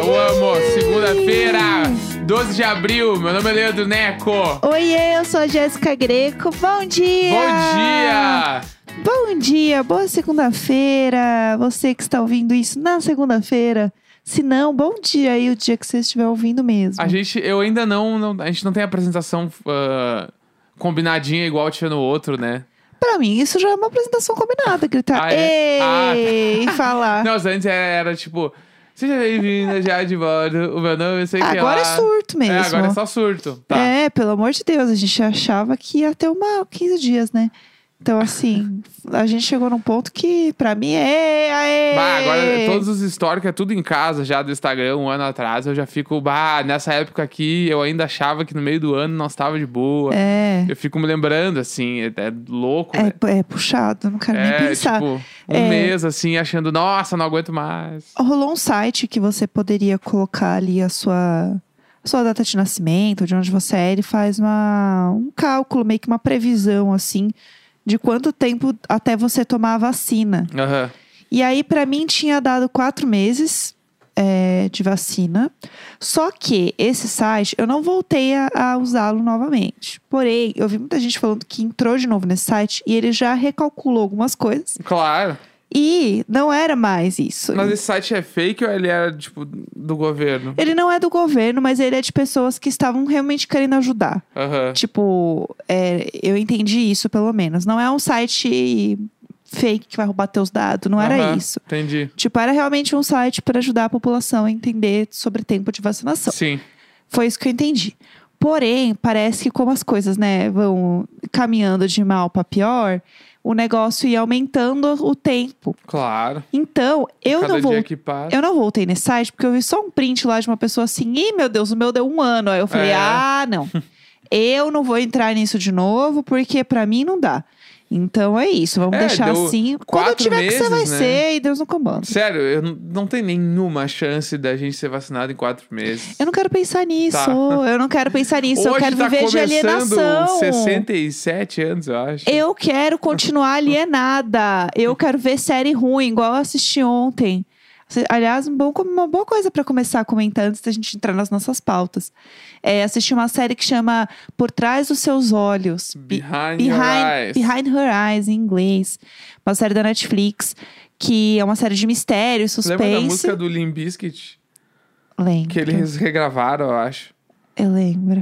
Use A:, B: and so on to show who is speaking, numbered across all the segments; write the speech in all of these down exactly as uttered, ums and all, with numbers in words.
A: Eu amo. Segunda-feira, doze de abril. Meu nome é Leandro Neco.
B: Oiê, eu sou a Jéssica Greco. Bom dia!
A: Bom dia!
B: Bom dia, boa segunda-feira. Você que está ouvindo isso na segunda-feira. Se não, bom dia aí, o dia que você estiver ouvindo mesmo.
A: A gente, eu ainda não, não a gente não tem a apresentação uh, combinadinha igual tinha no outro, né?
B: Pra mim, isso já é uma apresentação combinada. Gritar,
A: Ah, é?
B: ei,
A: Ah.
B: e falar.
A: Não, antes era, era tipo... Seja bem-vinda já de volta, o meu nome é sei que
B: Agora
A: lá.
B: é surto mesmo.
A: É, agora é só surto. Tá.
B: É, pelo amor de Deus, a gente achava que ia ter uma quinze dias, né? Então, assim, a gente chegou num ponto que, pra mim, é... é...
A: Bah, agora todos os históricos é tudo em casa já do Instagram, um ano atrás. Eu já fico, bah, nessa época aqui eu ainda achava que no meio do ano nós tava de boa.
B: É.
A: Eu fico me lembrando, assim, é, é louco, né?
B: É, é puxado, eu não quero nem
A: É,
B: pensar.
A: tipo, um
B: É.
A: mês, assim, achando, nossa, não aguento mais.
B: Rolou um site que você poderia colocar ali a sua, a sua data de nascimento, de onde você é. Ele faz uma, um cálculo, meio que uma previsão, assim, de quanto tempo até você tomar a vacina.
A: Aham.
B: E aí, pra mim, tinha dado quatro meses é, de vacina. Só que esse site, eu não voltei a, a usá-lo novamente. Porém, eu vi muita gente falando que entrou de novo nesse site e ele já recalculou algumas coisas.
A: Claro.
B: E não era mais isso.
A: Mas esse site é fake ou ele era, tipo, do governo?
B: Ele não é do governo, mas ele é de pessoas que estavam realmente querendo ajudar.
A: Aham.
B: Tipo, é, eu entendi isso pelo menos. Não é um site fake que vai roubar teus dados, não era
A: Aham,
B: isso.
A: Entendi.
B: Tipo, era realmente um site para ajudar a população a entender sobre tempo de vacinação.
A: Sim.
B: Foi isso que eu entendi. Porém, parece que como as coisas, né, vão caminhando de mal para pior, o negócio ia aumentando o tempo.
A: Claro.
B: Então, eu
A: Cada
B: não vou
A: dia que passa.
B: Eu não voltei nesse site porque eu vi só um print lá de uma pessoa assim, ih, meu Deus, o meu deu um ano. Aí eu falei,
A: É.
B: ah, não. Eu não vou entrar nisso de novo porque pra mim não dá. Então é isso, vamos
A: É,
B: deixar
A: deu
B: assim. Quando
A: quatro
B: tiver que você vai
A: meses, né?
B: ser e Deus no comando.
A: Sério, eu não, não tem nenhuma chance da gente ser vacinado em quatro meses.
B: Eu não quero pensar nisso.
A: Tá.
B: Eu não quero pensar nisso.
A: Hoje
B: eu quero
A: tá
B: viver de
A: começando
B: alienação.
A: sessenta e sete anos, eu acho.
B: Eu quero continuar alienada. Eu quero ver série ruim, igual eu assisti ontem. Aliás, um bom, uma boa coisa pra começar a comentar antes da gente entrar nas nossas pautas. É assistir uma série que chama Por Trás dos Seus Olhos.
A: Behind,
B: Be-
A: Your Eyes.
B: Behind Her Eyes, em inglês. Uma série da Netflix, que é uma série de mistério, suspense.
A: Lembra da música do Limp Bizkit?
B: Lembro.
A: Que eles regravaram, eu acho.
B: Eu lembro.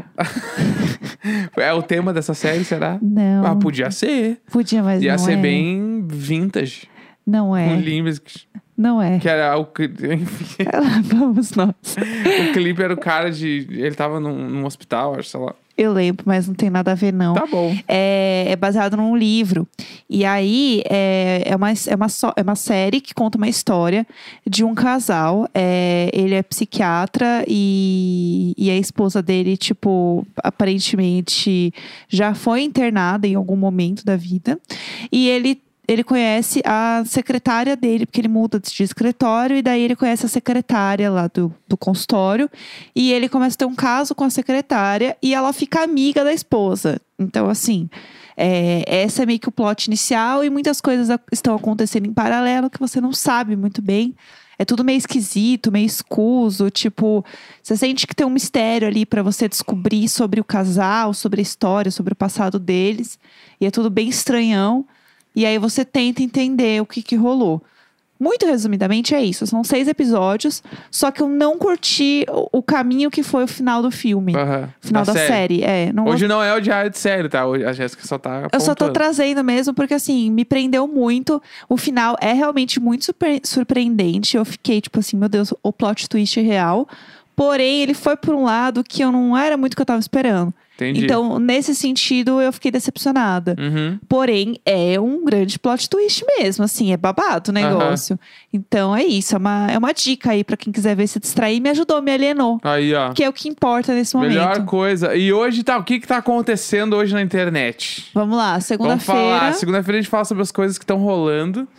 A: É o tema dessa série, será?
B: Não.
A: Ah, podia ser.
B: Podia, mas
A: Ia
B: não
A: ser
B: é.
A: bem vintage.
B: Não
A: Com
B: é.
A: Limp Bizkit.
B: Não é.
A: Que era o... cli- Enfim,
B: Lá vamos nós.
A: o clipe era o cara de... Ele tava num, num hospital, acho, sei lá.
B: Eu lembro, mas não tem nada a ver, não.
A: Tá bom.
B: É, é baseado num livro. E aí, é, é, uma, é, uma, só- é uma série que conta uma história de um casal. É, ele é psiquiatra e, e a esposa dele, tipo, aparentemente já foi internada em algum momento da vida. E ele Ele conhece a secretária dele, porque ele muda de escritório, e daí ele conhece a secretária lá do, do consultório. E ele começa a ter um caso com a secretária, e ela fica amiga da esposa. Então, assim, é, essa é meio que o plot inicial, e muitas coisas a- estão acontecendo em paralelo que você não sabe muito bem. É tudo meio esquisito, meio escuso, tipo, você sente que tem um mistério ali pra você descobrir sobre o casal, sobre a história, sobre o passado deles. E é tudo bem estranhão. E aí você tenta entender o que que rolou. Muito resumidamente é isso. São seis episódios, só que eu não curti o, o caminho que foi o final do filme.
A: Aham.
B: O final da, série. É, não
A: Hoje não é o diário de série, tá? Hoje a Jéssica só tá apontando.
B: Eu só tô trazendo mesmo porque, assim, me prendeu muito. O final é realmente muito surpre- surpreendente. Eu fiquei, tipo assim, meu Deus, o plot twist é real. Porém, ele foi por um lado que eu não era muito o que eu tava esperando.
A: Entendi.
B: Então, nesse sentido, eu fiquei decepcionada.
A: Uhum.
B: Porém, é um grande plot twist mesmo, assim, é babado o negócio. Então, é isso, é uma, é uma dica aí pra quem quiser ver se distrair. Me ajudou, me alienou.
A: Aí, ó.
B: Que é o que importa nesse momento.
A: Melhor coisa. E hoje tá, o que que tá acontecendo hoje na internet?
B: Vamos lá,
A: Vamos
B: segunda-feira.
A: falar. Segunda-feira a gente fala sobre as coisas que estão rolando.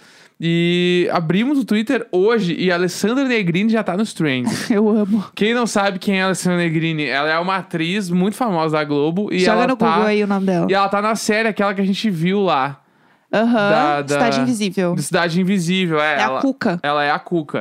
A: E abrimos o Twitter hoje e a Alessandra Negrini já tá nos trends.
B: Eu amo.
A: Quem não sabe quem é a Alessandra Negrini, ela é uma atriz muito famosa da Globo. E
B: Joga
A: ela
B: no
A: tá,
B: Google aí o nome dela.
A: E ela tá na série, aquela que a gente viu lá.
B: Aham,
A: da, da-
B: Cidade Invisível.
A: de Cidade Invisível. É,
B: É
A: ela,
B: a Cuca.
A: ela é a Cuca.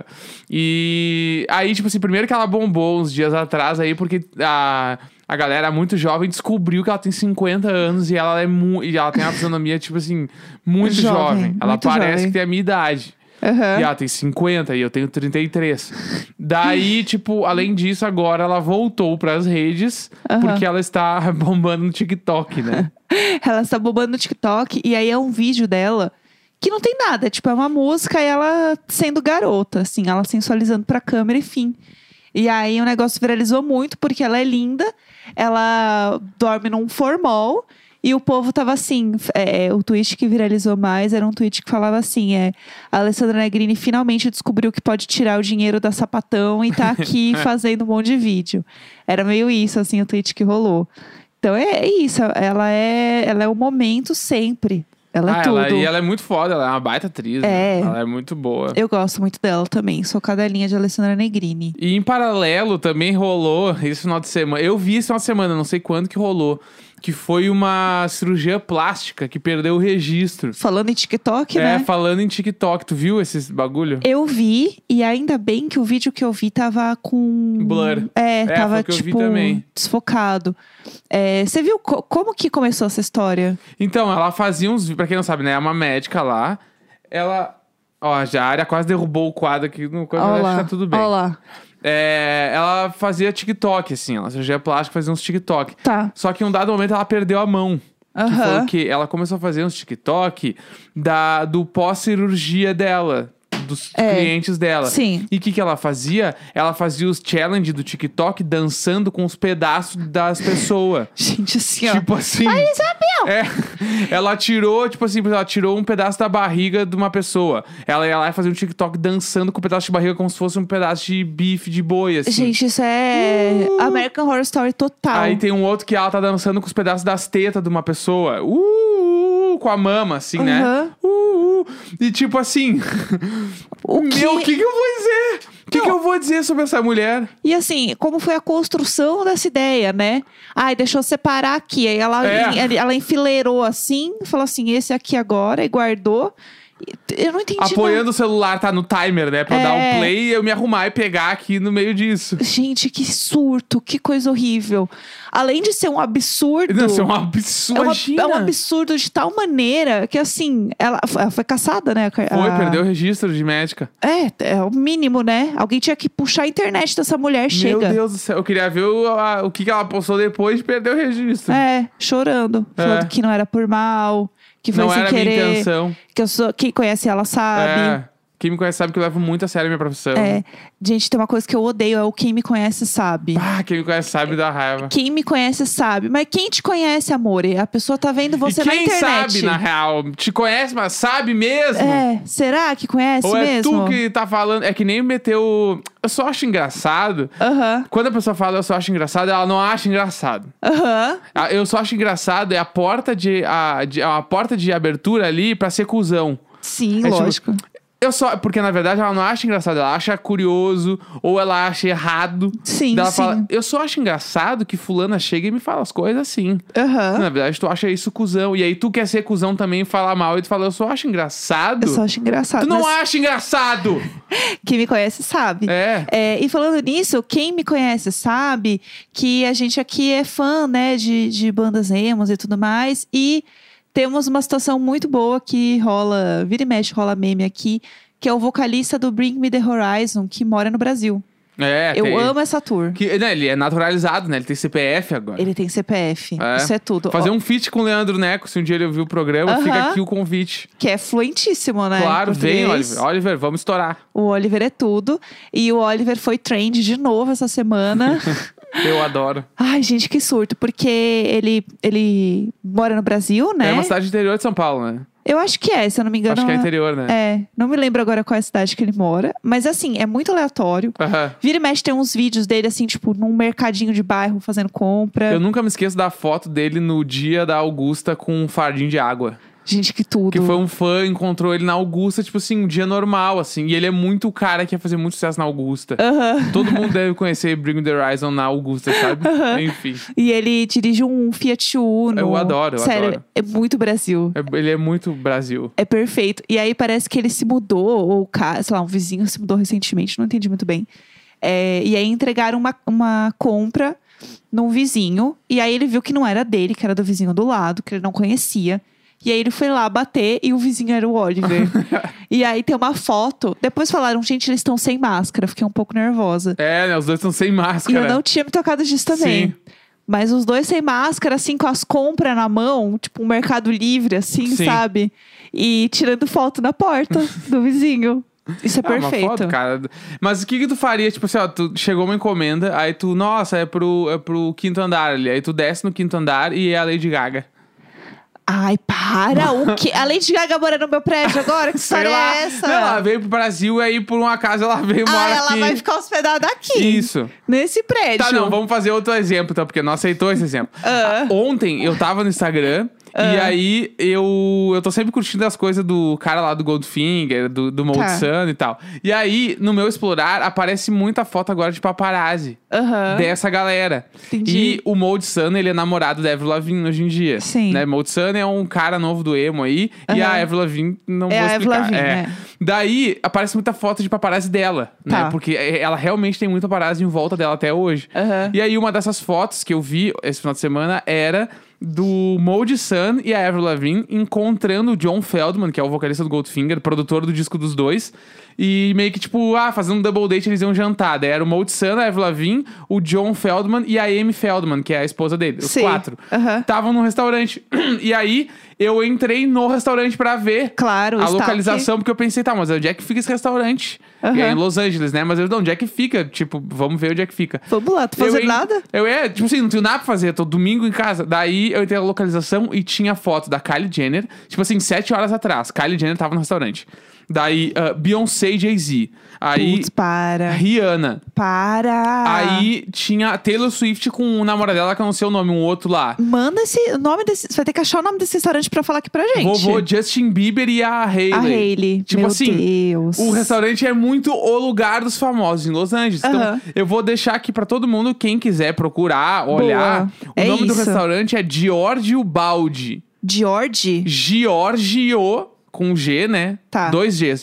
A: E aí, tipo assim, primeiro que ela bombou uns dias atrás aí, porque a, a galera muito jovem descobriu que ela tem cinquenta anos e ela é mu e ela tem uma fisionomia, tipo assim, muito
B: Jovem,
A: jovem. Ela
B: muito
A: parece
B: jovem.
A: que tem a minha idade.
B: Aham.
A: E ela tem cinquenta e eu tenho trinta e três. Daí, tipo, além disso, agora ela voltou pras redes,
B: Aham.
A: porque ela está bombando no TikTok, né?
B: Ela está bombando no TikTok e aí é um vídeo dela que não tem nada. Tipo, é uma música e ela sendo garota, assim, ela sensualizando pra câmera e fim. E aí o negócio viralizou muito porque ela é linda, ela dorme num formol. E o povo tava assim, é, o tweet que viralizou mais era um tweet que falava assim, é, a Alessandra Negrini finalmente descobriu que pode tirar o dinheiro da sapatão e tá aqui fazendo um monte de vídeo. Era meio isso, assim, o tweet que rolou. Então é, é isso, ela é, ela é o momento sempre. Ela é
A: Ah,
B: tudo.
A: ela, e ela é muito foda, ela é uma baita atriz.
B: É.
A: Né? Ela é muito boa.
B: Eu gosto muito dela também, sou cadelinha de Alessandra Negrini.
A: E em paralelo também rolou esse final de semana. Eu vi esse final de semana, não sei quando que rolou. Que foi uma cirurgia plástica que perdeu o registro.
B: Falando em TikTok,
A: É,
B: né?
A: falando em TikTok. Tu viu esse bagulho?
B: Eu vi, e ainda bem que o vídeo que eu vi tava com...
A: Blur.
B: É,
A: É,
B: tava
A: foi o que eu vi
B: tipo,
A: também.
B: desfocado. É, você viu co- como que começou essa história?
A: Então, ela fazia uns... Pra quem não sabe, né? É uma médica lá. Ela... Ó, já a área quase derrubou o quadro aqui. No quadro,
B: Olha
A: acho
B: lá,
A: que tá tudo bem.
B: olha lá.
A: É, ela fazia TikTok, assim. Ela cirurgia plástica, fazia uns TikTok.
B: Tá.
A: Só que em um dado momento ela perdeu a mão. Que foi
B: Aham.
A: o quê? Ela começou a fazer uns TikTok da, do pós-cirurgia dela. Dos
B: É.
A: clientes dela.
B: Sim.
A: E o que, que ela fazia? Ela fazia os challenge do TikTok dançando com os pedaços das pessoas.
B: Gente, assim, ó.
A: Tipo assim.
B: Ai, Isabel!
A: É, ela tirou, tipo assim, ela tirou um pedaço da barriga de uma pessoa. Ela ia lá e fazia um TikTok dançando com um pedaço de barriga como se fosse um pedaço de bife de boi, assim.
B: Gente, isso é
A: Uh!
B: American Horror Story total.
A: Aí tem um outro que ela tá dançando com os pedaços das tetas de uma pessoa. Uh, uh, com a mama, assim, né?
B: Aham.
A: Uh, uh. E tipo assim.
B: O que-
A: Meu, o que, que eu vou dizer? O que,
B: Não.
A: que eu vou dizer sobre essa mulher?
B: E assim, como foi a construção dessa ideia, né? Ai, deixa eu separar aqui. Aí ela,
A: É.
B: ela enfileirou assim, falou assim, esse aqui agora, e guardou. Eu não entendi
A: Apoiando o celular, tá no timer, né? Pra eu
B: É.
A: dar um play e eu me arrumar e pegar aqui no meio disso.
B: nada. Gente, que surto, que coisa horrível. Além de ser um absurdo.
A: Não, isso é um absurdo.
B: é, uma-
A: Imagina.
B: é um absurdo de tal maneira que, assim, ela, ela foi caçada, né?
A: Foi,
B: A-
A: perdeu o registro de médica.
B: É, é o mínimo, né? Alguém tinha que puxar a internet dessa mulher, chega.
A: Meu Deus do céu. Eu queria ver o, a- o que, que ela postou depois de perder o registro.
B: É, chorando.
A: É.
B: Falando que não era por mal, que foi
A: Não
B: sem
A: era a minha
B: querer.
A: intenção.
B: Que eu sou, quem conhece ela sabe.
A: É. Quem me conhece sabe que eu levo muito a sério a minha profissão.
B: É. Gente, tem uma coisa que eu odeio, é o quem me conhece sabe.
A: Ah, quem me conhece sabe da raiva.
B: Quem me conhece sabe. Mas quem te conhece, amor? A pessoa tá vendo você
A: e
B: na
A: quem
B: internet.
A: sabe, na real, te conhece, mas sabe mesmo?
B: É, será que conhece
A: Ou é
B: mesmo?
A: tu que tá falando. É que nem meteu. Eu só acho engraçado.
B: Aham,
A: Quando a pessoa fala eu só acho engraçado, ela não acha engraçado.
B: aham.
A: Ah, Eu só acho engraçado é a porta de. A, de a porta de abertura ali pra ser cuzão.
B: Sim,
A: É tipo,
B: lógico.
A: Eu só. Porque na verdade ela não acha engraçado, ela acha curioso, ou ela acha errado.
B: Sim,
A: Daí ela
B: sim.
A: fala, eu só acho engraçado que fulana chega e me fala as coisas assim.
B: Aham.
A: Na verdade, tu acha isso cuzão. E aí tu quer ser cuzão também e falar mal. E tu fala, eu só acho engraçado.
B: Eu só acho engraçado.
A: Tu não
B: mas
A: acha engraçado!
B: quem me conhece sabe.
A: É.
B: É, e falando nisso, quem me conhece sabe que a gente aqui é fã, né, de, de bandas emos e tudo mais. E temos uma situação muito boa que rola, vira e mexe, rola meme aqui, que é o vocalista do Bring Me The Horizon, que mora no Brasil.
A: É,
B: Eu
A: tem-
B: amo essa tour.
A: Que, né, ele é naturalizado, né? Ele tem C P F agora.
B: Ele tem C P F.
A: É.
B: Isso é tudo.
A: Fazer
B: Ó,
A: um feat com o Leandro Neco, se um dia ele ouvir o programa,
B: Aham.
A: fica aqui o convite.
B: Que é fluentíssimo, né? em
A: Claro, vem,
B: português.
A: Oliver. Oliver, vamos estourar.
B: O Oliver é tudo. E o Oliver foi trend de novo essa semana.
A: Eu adoro.
B: Ai, gente, que surto. Porque ele, ele mora no Brasil, né?
A: É uma cidade interior de São Paulo, né?
B: Eu acho que é, se eu não me engano.
A: Acho que é interior, né?
B: É, não me lembro agora qual é a cidade que ele mora. Mas assim, é muito aleatório.
A: Aham.
B: Vira e mexe tem uns vídeos dele, assim, tipo, num mercadinho de bairro fazendo compra.
A: Eu nunca me esqueço da foto dele no dia da Augusta com um fardinho de água.
B: Gente, que tudo.
A: Que foi um fã, encontrou ele na Augusta, tipo assim, um dia normal, assim. E ele é muito o cara que ia fazer muito sucesso na Augusta.
B: Aham.
A: Todo mundo deve conhecer Bring the Horizon na Augusta, sabe?
B: Aham.
A: Enfim.
B: E ele dirige um Fiat Uno.
A: Eu adoro, eu
B: Sério,
A: adoro.
B: é muito Brasil.
A: É- Ele é muito Brasil.
B: É perfeito. E aí parece que ele se mudou, ou o cara, sei lá, um vizinho se mudou recentemente, não entendi muito bem. É, e aí entregaram uma, uma compra num vizinho. E aí ele viu que não era dele, que era do vizinho do lado, que ele não conhecia. E aí ele foi lá bater e o vizinho era o Oliver. E aí tem uma foto. Depois falaram, gente, eles estão sem máscara. Fiquei um pouco nervosa.
A: É, né? Os dois estão sem
B: E
A: máscara.
B: eu não tinha me tocado disso também.
A: Sim.
B: Mas os dois sem máscara, assim, com as compras na mão, tipo um Mercado Livre, assim,
A: Sim.
B: sabe? E tirando foto na porta do vizinho. Isso é
A: Ah, uma
B: perfeito.
A: foto, cara. Mas o que que tu faria? Tipo assim, ó, tu chegou uma encomenda, aí tu, nossa, é pro, é pro quinto andar ali. Aí tu desce no quinto andar e é a Lady Gaga.
B: Ai, para! O quê? A Lady Gaga mora no meu prédio agora? Que
A: Sei
B: história
A: lá.
B: é essa?
A: Não, ela veio pro Brasil e aí por um acaso ela veio
B: Ah,
A: morar
B: ela
A: aqui.
B: vai ficar hospedada aqui.
A: Isso.
B: Nesse prédio.
A: Tá, não, vamos fazer outro exemplo, então, porque não aceitou esse exemplo.
B: Ah.
A: Ontem eu tava no Instagram e
B: Ah.
A: aí eu, eu tô sempre curtindo as coisas do cara lá do Goldfinger, do, do Mold
B: Tá.
A: Sun e tal. E aí, no meu explorar, aparece muita foto agora de paparazzi
B: Aham.
A: dessa galera.
B: Entendi.
A: E o Mold Sun, ele é namorado da Avril Lavigne hoje em dia.
B: Sim.
A: Né? Mold Sun é um cara novo do emo aí. E a
B: Aham.
A: Avril Lavigne, não
B: É
A: vou
B: a Avril
A: explicar.
B: Lavigne,
A: é.
B: é.
A: Daí, aparece muita foto de paparazzi dela,
B: Tá.
A: né? Porque ela realmente tem muito paparazzi em volta dela até hoje.
B: Aham.
A: E aí, uma dessas fotos que eu vi esse final de semana era do Mold Sun e a Avril Lavigne encontrando o John Feldman, que é o vocalista do Goldfinger, produtor do disco dos dois. E meio que, tipo, ah, fazendo um double date, eles iam jantar. Daí era o Mold Sun, a Avril Lavigne, o John Feldman e a Amy Feldman, que é a esposa dele. Os
B: Sim.
A: quatro.
B: Aham.
A: Estavam num restaurante. E aí, eu entrei no restaurante pra ver
B: Claro, o
A: a
B: staff.
A: localização, porque eu pensei, tá, mas onde é que fica esse restaurante?
B: Aham.
A: E é em Los Angeles, né? Mas eu, não, onde é que fica? Tipo, vamos ver onde é que fica.
B: Vamos lá, tu
A: Eu
B: fazendo
A: en-
B: nada?
A: Eu é, tipo assim, não tenho nada pra fazer, tô domingo em casa. Daí eu entrei na localização e tinha foto da Kylie Jenner, tipo assim, sete horas atrás. Kylie Jenner tava no restaurante. Daí, ah, Beyoncé e Jay-Z. Aí,
B: Putz, para.
A: Rihanna.
B: Para.
A: Aí tinha a Taylor Swift com o namorado dela, que eu não sei o nome, um outro lá.
B: Manda esse o nome desse. Você vai ter que achar o nome desse restaurante pra falar aqui pra gente.
A: Vovô Justin Bieber e a Hailey.
B: A Hailey.
A: Tipo
B: Meu
A: assim,
B: Deus.
A: o restaurante é muito o lugar dos famosos em Los Angeles. Então,
B: Aham.
A: eu vou deixar aqui pra todo mundo, quem quiser procurar, olhar.
B: Boa.
A: O
B: É
A: nome do
B: isso.
A: restaurante é Giorgio Baldi.
B: George?
A: Giorgio, com G, né?
B: Tá.
A: Dois Gs.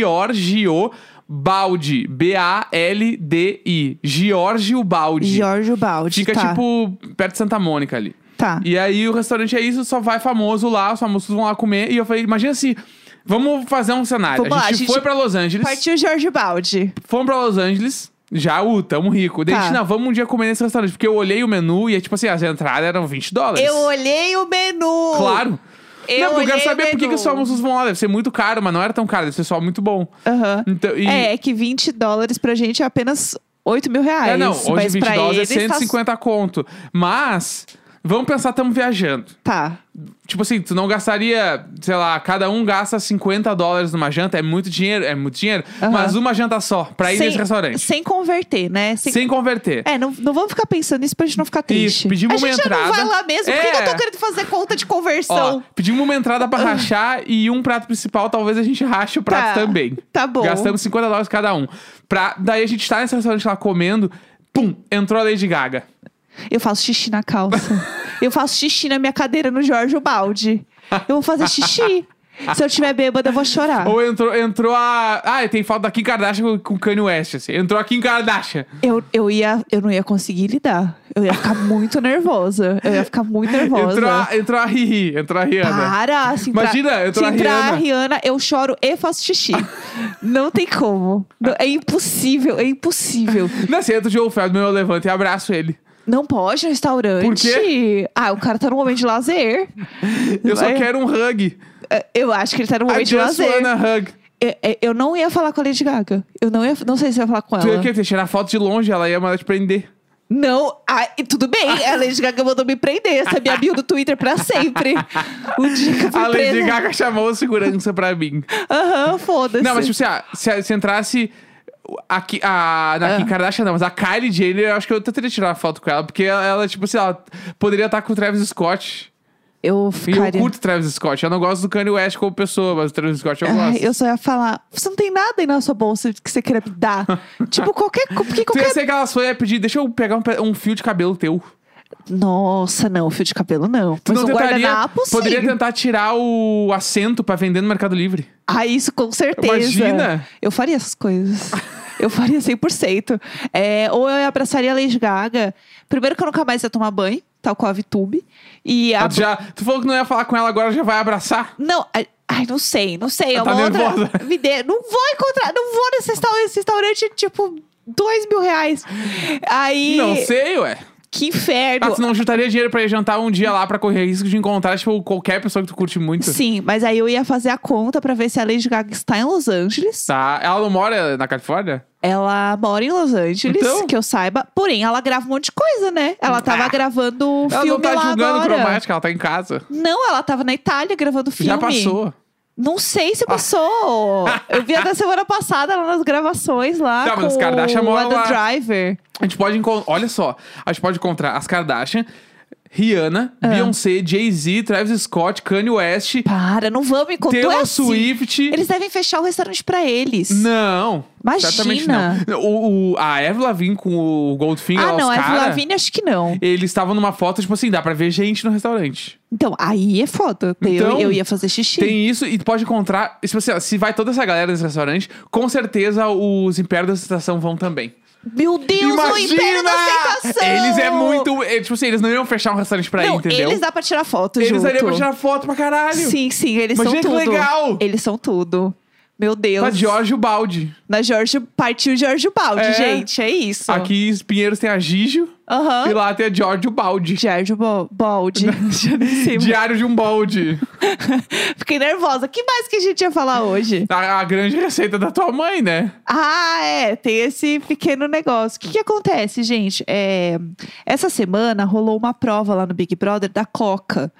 A: Giorgio Baldi. B A L D I. Giorgio Baldi.
B: Giorgio Baldi.
A: Fica,
B: tá.
A: tipo, perto de Santa Mônica ali.
B: Tá.
A: E aí o restaurante é isso, só vai famoso lá, os famosos vão lá comer. E eu falei, imagina se... Vamos fazer um cenário.
B: Vamos
A: a,
B: lá,
A: gente
B: a gente
A: foi pra Los Angeles.
B: Partiu Giorgio Baldi.
A: Fomos pra Los Angeles. Já, uh, tamo rico. Daí a
B: Tá.
A: gente, não, vamos um dia comer nesse restaurante. Porque eu olhei o menu e é tipo assim, as entradas eram vinte dólares.
B: Eu olhei o menu.
A: Claro.
B: Eu
A: não, porque eu quero
B: olhei
A: saber
B: o
A: por que, que
B: menu.
A: os famosos vão lá. Deve ser muito caro, mas não era tão caro. Deve ser só muito bom.
B: Aham.
A: Então, e...
B: É, é que vinte dólares pra gente é apenas oito mil reais.
A: É, não, hoje
B: mas
A: vinte
B: pra
A: dólares é
B: eles
A: cento e cinquenta conto. Mas, vamos pensar, estamos viajando.
B: Tá.
A: Tipo assim, tu não gastaria, sei lá, cada um gasta cinquenta dólares numa janta, é muito dinheiro, é muito dinheiro,
B: Aham.
A: mas uma janta só, pra ir
B: sem,
A: nesse restaurante.
B: Sem converter, né? Sem,
A: Sem converter.
B: É, não, não vamos ficar pensando nisso pra gente não ficar triste.
A: Isso, pedimos
B: a
A: uma
B: gente já não
A: entrada.
B: vai lá mesmo. Por que
A: É.
B: que eu tô querendo fazer conta de
A: Ó,
B: conversão?
A: pedimos uma entrada pra rachar e um prato principal, talvez a gente rache o prato
B: Tá,
A: também.
B: tá bom.
A: Gastamos cinquenta dólares cada um. Pra, daí a gente tá nesse restaurante lá comendo, pum, entrou a Lady Gaga.
B: Eu faço xixi na calça. Eu faço xixi na minha cadeira no Giorgio Baldi. Eu vou fazer xixi. Se eu tiver bêbada, eu vou chorar.
A: Ou entrou, entrou a... Ah, tem foto da Kim Kardashian com, com Kanye West, assim. Entrou a Kim Kardashian.
B: Eu, eu, ia, eu não ia conseguir lidar. Eu ia ficar muito nervosa. Eu ia ficar muito nervosa.
A: Entrou a, entrou a Riri, entrou a Rihanna.
B: Para! Se entrar,
A: Imagina, entrou
B: se
A: a
B: entrar
A: Rihanna.
B: a Rihanna, eu choro e faço xixi. Não tem como. Não- É impossível, é impossível.
A: Não, se entra o Joe Feldman, eu levanto e abraço ele.
B: Não pode no restaurante.
A: Por quê?
B: Ah, o cara tá no momento de lazer.
A: Eu só
B: Vai-
A: quero um hug.
B: Eu acho que ele tá no
A: I
B: momento de
A: just
B: lazer.
A: wanna hug.
B: Eu, eu não ia falar com a Lady Gaga. Eu não ia. Não sei se eu ia falar com
A: Tu ia
B: ela.
A: o quê? Tu ia tirar foto de longe, ela ia mandar te prender.
B: Não, ah, e tudo bem. A Lady Gaga mandou me prender. Essa é minha bio do Twitter pra sempre. O dia que eu fui
A: A Lady
B: presa.
A: Gaga chamou o segurança pra mim.
B: Aham, foda-se.
A: Não, mas tipo assim, ah, se, se entrasse aqui, a, na
B: Ah.
A: Kim Kardashian, não, mas a Kylie Jenner, eu acho que eu tentaria tirar uma foto com ela, porque ela, ela, tipo assim, ela poderia estar com o Travis Scott.
B: Eu
A: E
B: ficaria...
A: eu curto Travis Scott. Eu não gosto do Kanye West como pessoa, mas o Travis Scott eu
B: Ai,
A: gosto.
B: eu só ia falar, você não tem nada aí na sua bolsa que você queira me dar. Tipo, qualquer... Porque
A: Tu ia
B: qualquer...
A: ser aquela sua ia pedir, deixa eu pegar um, pe- um fio de cabelo teu.
B: Nossa, não, fio de cabelo não.
A: Tu
B: Mas
A: não
B: um
A: tentaria,
B: guardanapo, sim.
A: poderia tentar tirar o assento pra vender no Mercado Livre.
B: Ah, isso com certeza.
A: Imagina.
B: Eu faria essas coisas. Eu faria cem por cento. É, ou eu abraçaria a Lady Gaga. Primeiro que eu nunca mais ia tomar banho, tal qual a VTube. E a...
A: Ah, tu, já, tu falou que não ia falar com ela, agora já vai abraçar?
B: Não, ai, ai, não sei, não sei. É
A: Tá
B: uma outra
A: nervosa.
B: videira. Não vou encontrar, não vou nesse restaurante, esse restaurante é tipo dois mil reais. Aí.
A: Não sei, ué.
B: Que inferno.
A: Ah, tu não juntaria dinheiro pra ir jantar um dia lá pra correr risco de encontrar, tipo, qualquer pessoa que tu curte muito?
B: Sim, mas aí eu ia fazer a conta pra ver se a Lady Gaga está em Los Angeles.
A: Tá. Ela não mora na Califórnia?
B: Ela mora em Los Angeles,
A: Então?
B: que eu saiba. Porém, ela grava um monte de coisa, né? Ela tava
A: Ah.
B: gravando um
A: Ela
B: filme
A: não tá
B: lá
A: julgando
B: agora.
A: cromática, ela tá em casa.
B: Não, ela tava na Itália gravando filme.
A: Já passou.
B: Não sei se passou. Eu vi até semana passada ela nas gravações lá
A: Tá, mas
B: com
A: os Kardashian
B: o
A: moram
B: Adam
A: lá.
B: Driver.
A: A gente pode encontrar. Olha só. A gente pode encontrar as Kardashian, Rihanna,
B: Ah.
A: Beyoncé, Jay-Z, Travis Scott, Kanye West,
B: Para, não vamos encontrar.
A: Taylor
B: é assim.
A: Swift.
B: Eles devem fechar o restaurante pra eles.
A: Não.
B: Imagina.
A: Certamente não. O, o- a Avril Lavigne com o Goldfinger,
B: Ah,
A: lá,
B: não,
A: os
B: a Avril
A: cara,
B: Lavigne acho que não.
A: eles estavam numa foto, tipo assim, dá pra ver gente no restaurante.
B: Então, aí é foda. Eu-
A: Então,
B: eu, ia fazer xixi.
A: Tem isso e tu pode encontrar. Se, você, se vai toda essa galera nesse restaurante, com certeza os Impérios da Aceitação vão também.
B: Meu Deus, o Império da Aceitação!
A: Eles é muito. É, tipo assim, eles não iam fechar um restaurante pra
B: Não,
A: ir, entendeu?
B: eles dá pra tirar foto
A: Eles
B: junto.
A: dariam pra tirar foto pra caralho.
B: Sim, sim, eles
A: Imagina
B: são
A: que
B: tudo.
A: legal.
B: Eles são tudo. Meu Deus.
A: Pra Giorgio Baldi.
B: Na Jorge, partiu Jorge Baldi,
A: É.
B: gente. É isso.
A: Aqui em Pinheiros tem a Gijo
B: Aham.
A: e lá tem a Giorgio Baldi.
B: Jorge Bo- Baldi. Já nem sei.
A: Diário de um balde.
B: Fiquei nervosa. O que mais que a gente ia falar hoje?
A: A, a grande receita da tua mãe, né?
B: Ah, é. Tem esse pequeno negócio. O que, que acontece, gente? É, essa semana rolou uma prova lá no Big Brother da Coca.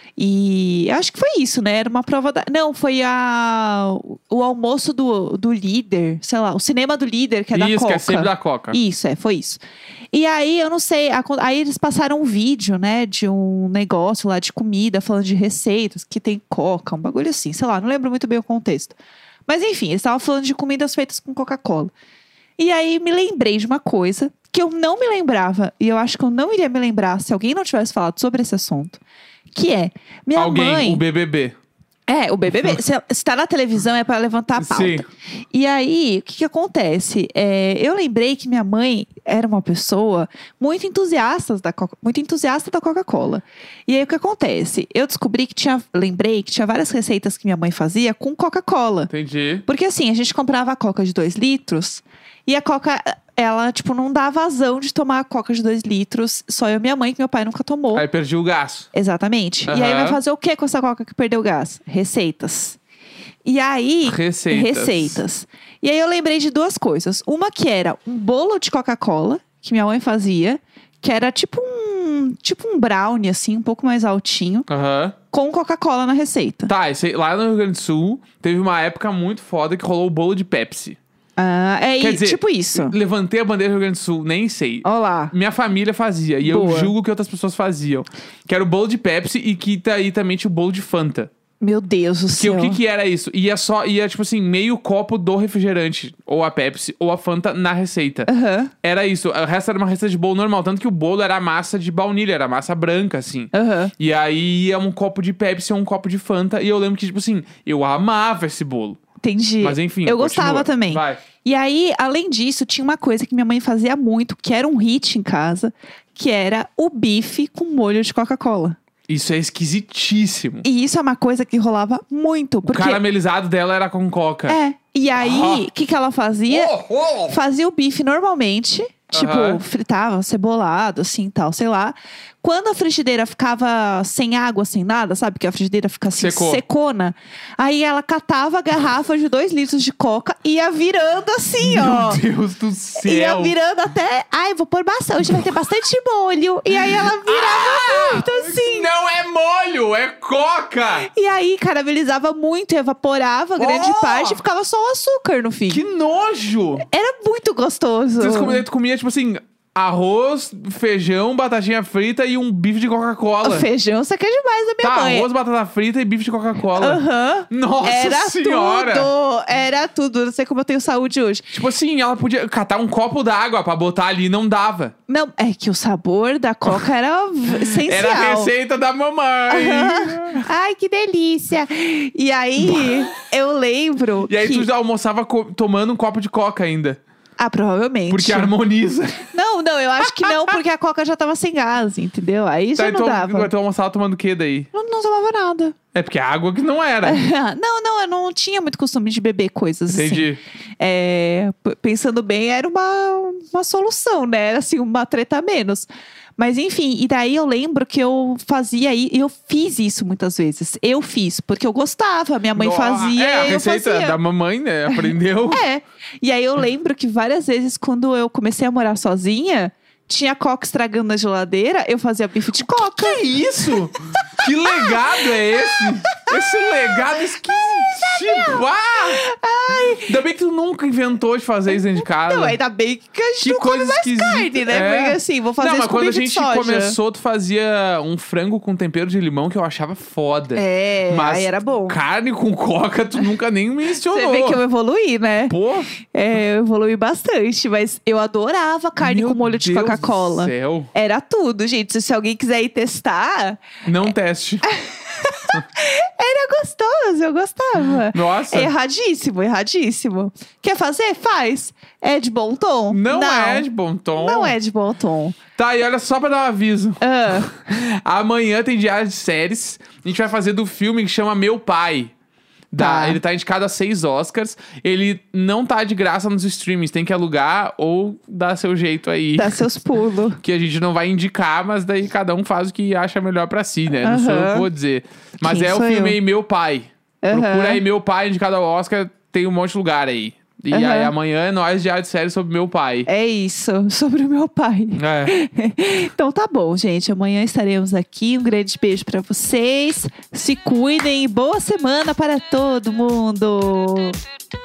B: E acho que foi isso, né? Era uma prova da... Não, foi a... o almoço do, do líder. Sei lá, o cinema do líder, que é da
A: isso,
B: Coca.
A: que é sempre da Coca.
B: Isso, é, foi isso. E aí, eu não sei, a- aí eles passaram um vídeo, né, de um negócio lá de comida, falando de receitas, que tem coca, um bagulho assim, sei lá, não lembro muito bem o contexto. Mas enfim, eles estavam falando de comidas feitas com Coca-Cola. E aí, me lembrei de uma coisa que eu não me lembrava, e eu acho que eu não iria me lembrar se alguém não tivesse falado sobre esse assunto, que é, minha
A: Alguém,
B: mãe...
A: o B B B.
B: É, o B B B. se, se tá na televisão é pra levantar a pauta.
A: Sim.
B: E aí, o que que acontece? É, eu lembrei que minha mãe era uma pessoa muito entusiasta da Coca, muito entusiasta da Coca-Cola. E aí, o que acontece? Eu descobri que tinha... Lembrei que tinha várias receitas que minha mãe fazia com Coca-Cola.
A: Entendi.
B: Porque assim, a gente comprava a Coca de dois litros... E a Coca, ela, tipo, não dá vazão de tomar a Coca de dois litros. Só eu e minha mãe, que meu pai nunca tomou.
A: Aí perdi o gasto.
B: Exatamente. E aí
A: Aham.
B: vai fazer o que com essa Coca que perdeu gás? Receitas. E aí...
A: Receitas.
B: Receitas. E aí eu lembrei de duas coisas. Uma que era um bolo de Coca-Cola, que minha mãe fazia. Que era tipo um... Tipo um brownie, assim, um pouco mais altinho.
A: Aham.
B: Com Coca-Cola na receita.
A: Tá, esse, lá no Rio Grande do Sul, teve uma época muito foda que rolou o bolo de Pepsi.
B: Ah, é
A: Quer
B: i-
A: dizer,
B: tipo isso.
A: Levantei a bandeira do Rio Grande do Sul, nem sei.
B: Olá.
A: Minha família fazia, e
B: Boa.
A: eu julgo que outras pessoas faziam. Que era o bolo de Pepsi e que tá aí também tinha o bolo de Fanta.
B: Meu Deus do
A: Que
B: céu.
A: o que que era isso? Ia só, ia tipo assim, meio copo do refrigerante, ou a Pepsi, ou a Fanta na receita.
B: Aham,
A: Era isso, o resto era uma receita de bolo normal, tanto que o bolo era massa de baunilha, era massa branca, assim.
B: aham.
A: E aí ia um copo de Pepsi ou um copo de Fanta, e eu lembro que, tipo assim, eu amava esse bolo.
B: Entendi.
A: Mas enfim,
B: eu gostava
A: continua.
B: também.
A: Vai.
B: E aí, além disso, tinha uma coisa que minha mãe fazia muito, que era um hit em casa, que era o bife com molho de Coca-Cola.
A: Isso é esquisitíssimo.
B: E isso é uma coisa que rolava muito, porque
A: O caramelizado dela era com coca.
B: é. E aí,
A: Ah.
B: o que que ela fazia? Fazia o bife normalmente, tipo,
A: Aham.
B: fritava cebolado, assim, tal, sei lá. Quando a frigideira ficava sem água, sem nada, sabe? Que a frigideira fica assim,
A: Secou.
B: secona. Aí ela catava a garrafa de dois litros de coca e ia virando assim, ó.
A: Meu Deus do
B: Ia
A: céu.
B: virando até... Ai, vou pôr bastante, hoje vai ter bastante molho. E aí ela virava muito assim.
A: Não é molho, é coca.
B: E aí caramelizava muito, evaporava grande
A: Oh!
B: parte e ficava só o açúcar no fim.
A: Que nojo.
B: Era muito gostoso.
A: Tu comia, tu comia, tipo assim, arroz, feijão, batatinha frita e um bife de Coca-Cola.
B: O feijão, você quer demais da minha
A: Tá,
B: mãe.
A: arroz, batata frita e bife de Coca-Cola.
B: Aham.
A: Nossa
B: Era
A: senhora!
B: tudo. Era tudo. Não sei como eu tenho saúde hoje.
A: Tipo assim, ela podia catar um copo d'água pra botar ali, não dava.
B: Não, é que o sabor da Coca era v- essencial.
A: Era a receita da mamãe.
B: Aham. Ai, que delícia. E aí, eu lembro
A: E aí
B: que...
A: tu já almoçava co- tomando um copo de Coca ainda.
B: Ah, provavelmente.
A: Porque harmoniza.
B: Não, não, eu acho que não, porque a Coca já tava sem gás, entendeu? Aí já
A: Tá,
B: não
A: então,
B: dava.
A: tu almoçava tomando o que daí?
B: Não, não tomava nada.
A: É porque a água que não era.
B: Não, não, eu não tinha muito costume de beber coisas assim.
A: Entendi.
B: É, p- pensando bem, era uma, uma solução, né? Era assim, uma treta a menos. Mas enfim, e daí eu lembro que eu fazia e eu fiz isso muitas vezes. Eu fiz, porque eu gostava, minha mãe
A: No-
B: fazia
A: É, a
B: e eu
A: receita
B: fazia.
A: da mamãe, né? Aprendeu.
B: É. E aí eu lembro que várias vezes, quando eu comecei a morar sozinha, tinha Coca estragando na geladeira, eu fazia bife de Coca.
A: Que isso? Que legado é esse? Esse legado esquisito. Ah! Ainda bem que tu nunca inventou de fazer isso dentro de casa.
B: Não, ainda bem que a gente
A: Que
B: não come
A: coisa
B: mais
A: esquisita.
B: carne, né?
A: É.
B: Porque assim, vou fazer
A: Não,
B: isso
A: mas
B: com
A: quando a
B: bife de
A: gente
B: soja.
A: começou, tu fazia um frango com tempero de limão que eu achava foda.
B: É,
A: Mas
B: aí era bom.
A: carne com coca, tu nunca nem mencionou.
B: Você vê que eu evoluí, né?
A: Pô,
B: É, eu evoluí bastante, mas eu adorava carne
A: meu
B: com molho de
A: Deus
B: Coca-Cola.
A: do céu.
B: Era tudo, gente. Se alguém quiser ir testar,
A: Não teste.
B: era gostoso, eu gostava.
A: Nossa.
B: É erradíssimo, erradíssimo. Quer fazer? Faz. É de bom tom?
A: Não, é de bom tom.
B: Não é de bom tom.
A: Tá, e olha só pra dar um aviso.
B: Ah,
A: Amanhã tem diário de séries. A gente vai fazer do filme que chama Meu Pai. Da,
B: Tá.
A: Ele tá indicado a seis Oscars. Ele não tá de graça nos streamings. Tem que alugar ou dar seu jeito aí.
B: dá seus pulos.
A: Que a gente não vai indicar, mas daí cada um faz o que acha melhor pra si, né? Não sou eu
B: Aham.
A: que vou dizer. Mas
B: Quem
A: é o
B: sou
A: filme
B: eu?
A: aí, Meu Pai.
B: Aham.
A: Procura aí Meu Pai, indicado ao Oscar. Tem um monte de lugar aí. E
B: Aham.
A: aí amanhã é nós, diário de série sobre Meu Pai.
B: É isso, sobre o meu pai.
A: É.
B: Então tá bom, gente. Amanhã estaremos aqui. Um grande beijo pra vocês. Se cuidem e boa semana para todo mundo.